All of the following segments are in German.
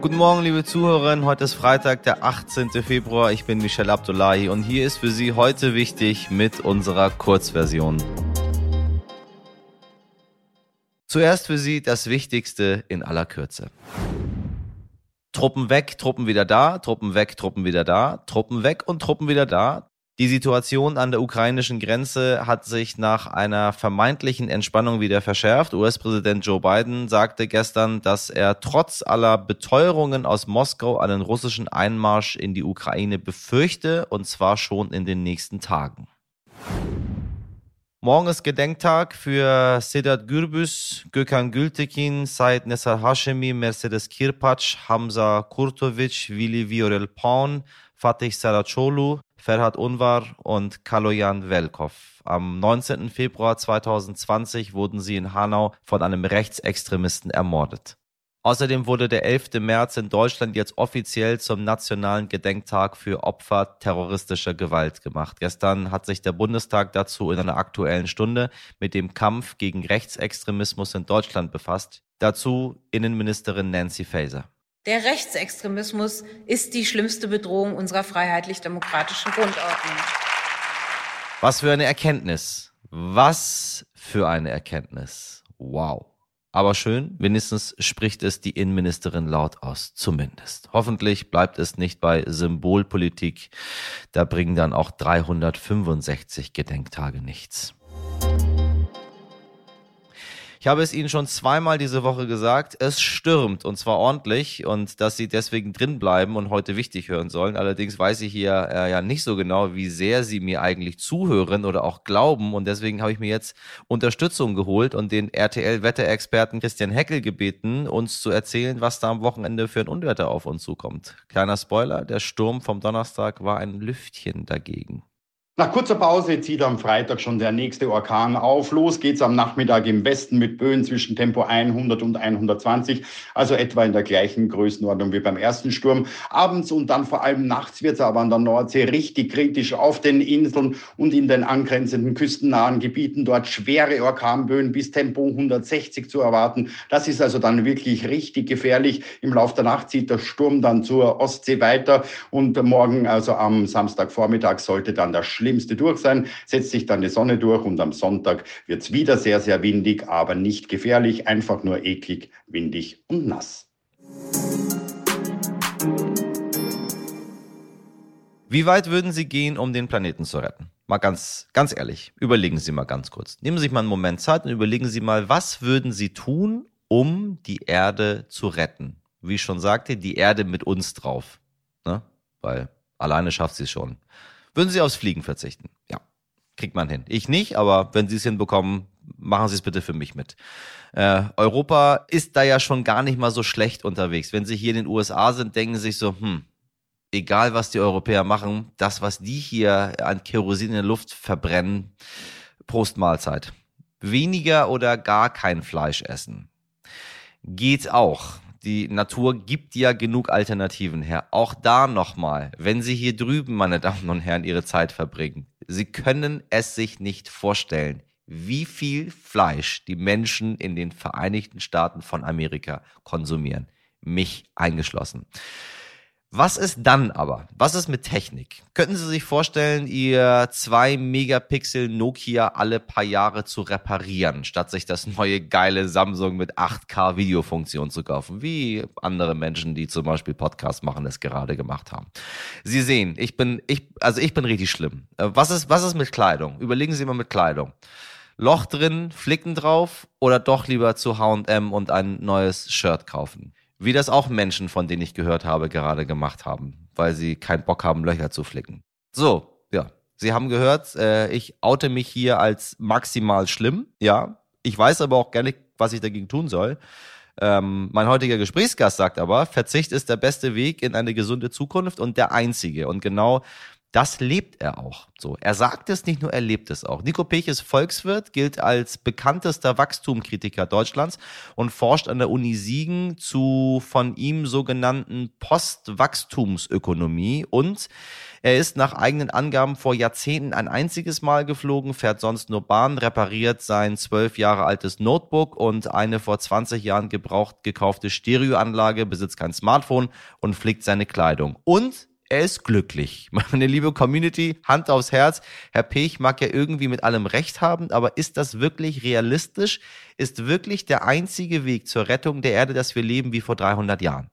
Guten Morgen, liebe Zuhörerinnen. Heute ist Freitag, der 18. Februar. Ich bin Michel Abdullahi und hier ist für Sie heute wichtig mit unserer Kurzversion. Zuerst für Sie das Wichtigste in aller Kürze. Truppen weg, Truppen wieder da, Truppen weg, Truppen wieder da, Truppen weg und Truppen wieder da. Die Situation an der ukrainischen Grenze hat sich nach einer vermeintlichen Entspannung wieder verschärft. US-Präsident Joe Biden sagte gestern, dass er trotz aller Beteuerungen aus Moskau einen russischen Einmarsch in die Ukraine befürchte, und zwar schon in den nächsten Tagen. Morgen ist Gedenktag für Sedat Gürbüz, Gökhan Gültekin, Said Nessar Hashemi, Mercedes Kirpac, Hamza Kurtovic, Vili Viorel Paun, Fatih Saracoglu, Ferhat Unvar und Kaloyan Velkov. Am 19. Februar 2020 wurden sie in Hanau von einem Rechtsextremisten ermordet. Außerdem wurde der 11. März in Deutschland jetzt offiziell zum nationalen Gedenktag für Opfer terroristischer Gewalt gemacht. Gestern hat sich der Bundestag dazu in einer Aktuellen Stunde mit dem Kampf gegen Rechtsextremismus in Deutschland befasst. Dazu Innenministerin Nancy Faeser. Der Rechtsextremismus ist die schlimmste Bedrohung unserer freiheitlich-demokratischen Grundordnung. Was für eine Erkenntnis. Was für eine Erkenntnis. Wow. Aber schön, wenigstens spricht es die Innenministerin laut aus, zumindest. Hoffentlich bleibt es nicht bei Symbolpolitik. Da bringen dann auch 365 Gedenktage nichts. Ich habe es Ihnen schon zweimal diese Woche gesagt, es stürmt und zwar ordentlich und dass Sie deswegen drin bleiben und heute wichtig hören sollen. Allerdings weiß ich hier ja nicht so genau, wie sehr Sie mir eigentlich zuhören oder auch glauben und deswegen habe ich mir jetzt Unterstützung geholt und den RTL-Wetterexperten Christian Heckel gebeten, uns zu erzählen, was da am Wochenende für ein Unwetter auf uns zukommt. Kleiner Spoiler, der Sturm vom Donnerstag war ein Lüftchen dagegen. Nach kurzer Pause zieht am Freitag schon der nächste Orkan auf. Los geht's am Nachmittag im Westen mit Böen zwischen Tempo 100 und 120, also etwa in der gleichen Größenordnung wie beim ersten Sturm. Abends und dann vor allem nachts wird's aber an der Nordsee richtig kritisch auf den Inseln und in den angrenzenden küstennahen Gebieten. Dort schwere Orkanböen bis Tempo 160 zu erwarten. Das ist also dann wirklich richtig gefährlich. Im Laufe der Nacht zieht der Sturm dann zur Ostsee weiter und morgen, also am Samstagvormittag, sollte dann der Schlimmste durch sein, setzt sich dann die Sonne durch und am Sonntag wird es wieder sehr, sehr windig, aber nicht gefährlich, einfach nur eklig, windig und nass. Wie weit würden Sie gehen, um den Planeten zu retten? Mal ganz ehrlich, überlegen Sie mal ganz kurz. Nehmen Sie sich mal einen Moment Zeit und überlegen Sie mal, was würden Sie tun, um die Erde zu retten? Wie ich schon sagte, die Erde mit uns drauf, ne? Weil alleine schafft sie es schon. Würden Sie aufs Fliegen verzichten? Ja, kriegt man hin. Ich nicht, aber wenn Sie es hinbekommen, machen Sie es bitte für mich mit. Europa ist da ja schon gar nicht mal so schlecht unterwegs. Wenn Sie hier in den USA sind, denken Sie sich so, egal was die Europäer machen, das, was die hier an Kerosin in der Luft verbrennen, Prost Mahlzeit. Weniger oder gar kein Fleisch essen. Geht auch. Die Natur gibt ja genug Alternativen her. Auch da nochmal, wenn Sie hier drüben, meine Damen und Herren, Ihre Zeit verbringen, Sie können es sich nicht vorstellen, wie viel Fleisch die Menschen in den Vereinigten Staaten von Amerika konsumieren. Mich eingeschlossen. Was ist dann aber? Was ist mit Technik? Könnten Sie sich vorstellen, Ihr 2-Megapixel Nokia alle paar Jahre zu reparieren, statt sich das neue geile Samsung mit 8K Videofunktion zu kaufen, wie andere Menschen, die zum Beispiel Podcasts machen, es gerade gemacht haben? Sie sehen, ich bin richtig schlimm. Was ist mit Kleidung? Überlegen Sie mal mit Kleidung. Loch drin, Flicken drauf oder doch lieber zu H&M und ein neues Shirt kaufen? Wie das auch Menschen, von denen ich gehört habe, gerade gemacht haben, weil sie keinen Bock haben, Löcher zu flicken. So, ja, Sie haben gehört, ich oute mich hier als maximal schlimm, ja. Ich weiß aber auch gar nicht, was ich dagegen tun soll. Mein heutiger Gesprächsgast sagt aber, Verzicht ist der beste Weg in eine gesunde Zukunft und der einzige. Und genau Das lebt er auch. So, er sagt es nicht nur, er lebt es auch. Nico Pech ist Volkswirt, gilt als bekanntester Wachstumskritiker Deutschlands und forscht an der Uni Siegen zu von ihm sogenannten Postwachstumsökonomie. Und er ist nach eigenen Angaben vor Jahrzehnten ein einziges Mal geflogen, fährt sonst nur Bahn, repariert sein 12 Jahre altes Notebook und eine vor 20 Jahren gebraucht gekaufte Stereoanlage, besitzt kein Smartphone und pflegt seine Kleidung. Und er ist glücklich. Meine liebe Community, Hand aufs Herz. Herr Pech mag ja irgendwie mit allem Recht haben, aber ist das wirklich realistisch? Ist wirklich der einzige Weg zur Rettung der Erde, dass wir leben wie vor 300 Jahren?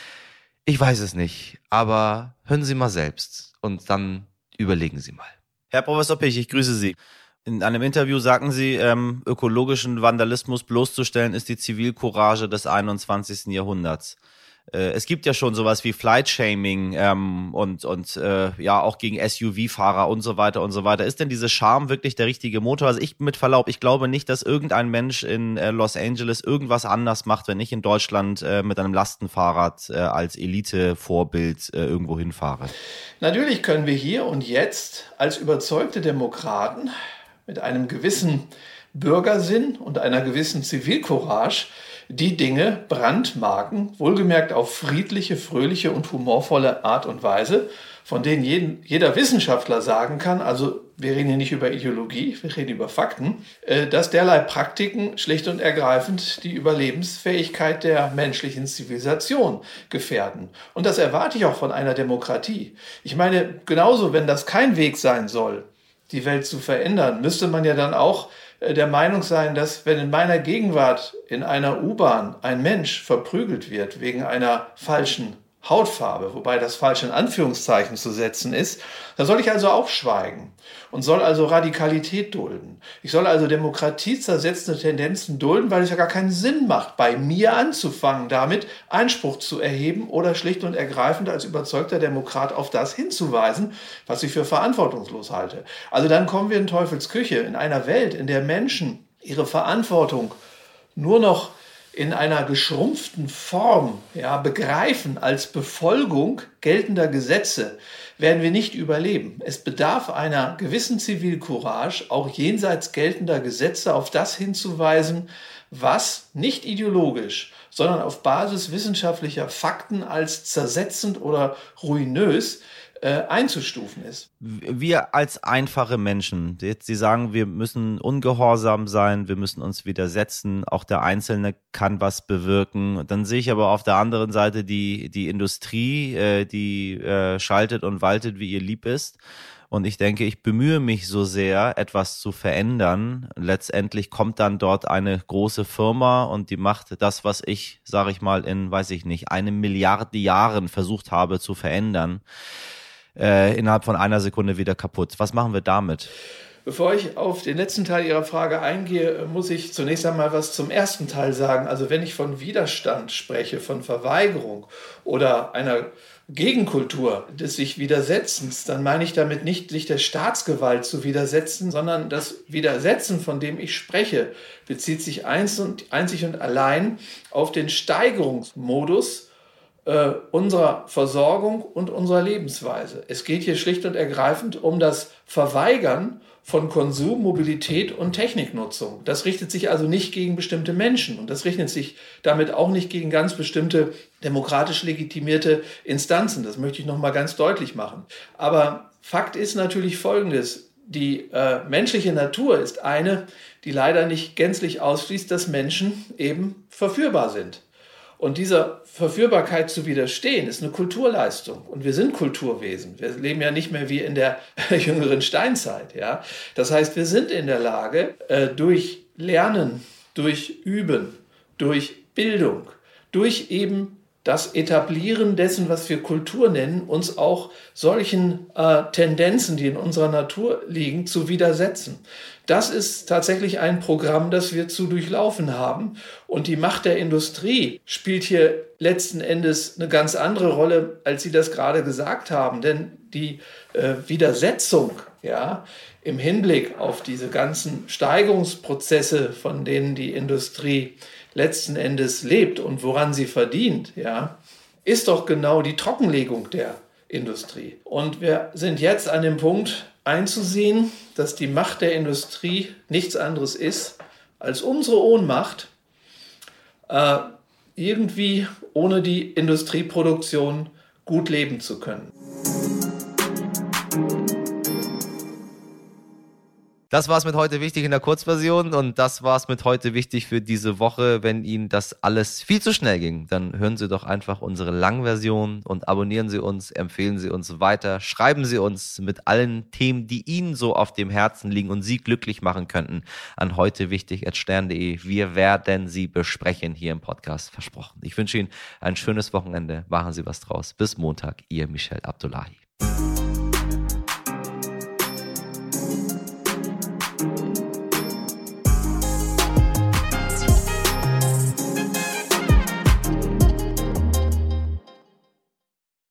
Ich weiß es nicht, aber hören Sie mal selbst und dann überlegen Sie mal. Herr Professor Pech, ich grüße Sie. In einem Interview sagten Sie, ökologischen Vandalismus bloßzustellen ist die Zivilcourage des 21. Jahrhunderts. Es gibt ja schon sowas wie Flight-Shaming und auch gegen SUV-Fahrer und so weiter und so weiter. Ist denn diese Scham wirklich der richtige Motor? Also ich mit Verlaub, ich glaube nicht, dass irgendein Mensch in Los Angeles irgendwas anders macht, wenn ich in Deutschland mit einem Lastenfahrrad als Elite-Vorbild irgendwo hinfahre. Natürlich können wir hier und jetzt als überzeugte Demokraten mit einem gewissen Bürgersinn und einer gewissen Zivilcourage die Dinge brandmarken, wohlgemerkt auf friedliche, fröhliche und humorvolle Art und Weise, von denen jeder Wissenschaftler sagen kann, also wir reden hier nicht über Ideologie, wir reden über Fakten, dass derlei Praktiken schlicht und ergreifend die Überlebensfähigkeit der menschlichen Zivilisation gefährden. Und das erwarte ich auch von einer Demokratie. Ich meine, genauso, wenn das kein Weg sein soll, die Welt zu verändern, müsste man ja dann auch der Meinung sein, dass wenn in meiner Gegenwart in einer U-Bahn ein Mensch verprügelt wird wegen einer falschen Hautfarbe, wobei das falsch in Anführungszeichen zu setzen ist, da soll ich also auch schweigen und soll also Radikalität dulden. Ich soll also demokratiezersetzende Tendenzen dulden, weil es ja gar keinen Sinn macht, bei mir anzufangen, damit Einspruch zu erheben oder schlicht und ergreifend als überzeugter Demokrat auf das hinzuweisen, was ich für verantwortungslos halte. Also dann kommen wir in Teufels Küche, in einer Welt, in der Menschen ihre Verantwortung nur noch in einer geschrumpften Form begreifen als Befolgung geltender Gesetze, werden wir nicht überleben. Es bedarf einer gewissen Zivilcourage, auch jenseits geltender Gesetze auf das hinzuweisen, was nicht ideologisch, sondern auf Basis wissenschaftlicher Fakten als zersetzend oder ruinös einzustufen ist. Wir als einfache Menschen, Sie sagen, wir müssen ungehorsam sein, wir müssen uns widersetzen, auch der Einzelne kann was bewirken. Dann sehe ich aber auf der anderen Seite die Industrie, die schaltet und waltet, wie ihr lieb ist. Und ich denke, ich bemühe mich so sehr, etwas zu verändern. Letztendlich kommt dann dort eine große Firma und die macht das, was ich, sage ich mal, in, 1 Milliarde Jahren versucht habe zu verändern. Innerhalb von einer Sekunde wieder kaputt. Was machen wir damit? Bevor ich auf den letzten Teil Ihrer Frage eingehe, muss ich zunächst einmal was zum ersten Teil sagen. Also wenn ich von Widerstand spreche, von Verweigerung oder einer Gegenkultur des sich Widersetzens, dann meine ich damit nicht, sich der Staatsgewalt zu widersetzen, sondern das Widersetzen, von dem ich spreche, bezieht sich einzig und allein auf den Steigerungsmodus unserer Versorgung und unserer Lebensweise. Es geht hier schlicht und ergreifend um das Verweigern von Konsum, Mobilität und Techniknutzung. Das richtet sich also nicht gegen bestimmte Menschen und das richtet sich damit auch nicht gegen ganz bestimmte demokratisch legitimierte Instanzen. Das möchte ich noch mal ganz deutlich machen. Aber Fakt ist natürlich Folgendes. Die menschliche Natur ist eine, die leider nicht gänzlich ausschließt, dass Menschen eben verführbar sind. Und dieser Verführbarkeit zu widerstehen, ist eine Kulturleistung. Und wir sind Kulturwesen. Wir leben ja nicht mehr wie in der jüngeren Steinzeit. Ja? Das heißt, wir sind in der Lage, durch Lernen, durch Üben, durch Bildung, durch eben das Etablieren dessen, was wir Kultur nennen, uns auch solchen Tendenzen, die in unserer Natur liegen, zu widersetzen. Das ist tatsächlich ein Programm, das wir zu durchlaufen haben. Und die Macht der Industrie spielt hier letzten Endes eine ganz andere Rolle, als Sie das gerade gesagt haben. Denn die Widersetzung im Hinblick auf diese ganzen Steigerungsprozesse, von denen die Industrie letzten Endes lebt und woran sie verdient, ist doch genau die Trockenlegung der Industrie. Und wir sind jetzt an dem Punkt einzusehen, dass die Macht der Industrie nichts anderes ist als unsere Ohnmacht, irgendwie ohne die Industrieproduktion gut leben zu können. Das war's mit heute wichtig in der Kurzversion und das war's mit heute wichtig für diese Woche. Wenn Ihnen das alles viel zu schnell ging, dann hören Sie doch einfach unsere Langversion und abonnieren Sie uns, empfehlen Sie uns weiter, schreiben Sie uns mit allen Themen, die Ihnen so auf dem Herzen liegen und Sie glücklich machen könnten, an heutewichtig@stern.de. Wir werden sie besprechen hier im Podcast, versprochen. Ich wünsche Ihnen ein schönes Wochenende, machen Sie was draus. Bis Montag, Ihr Michel Abdullahi.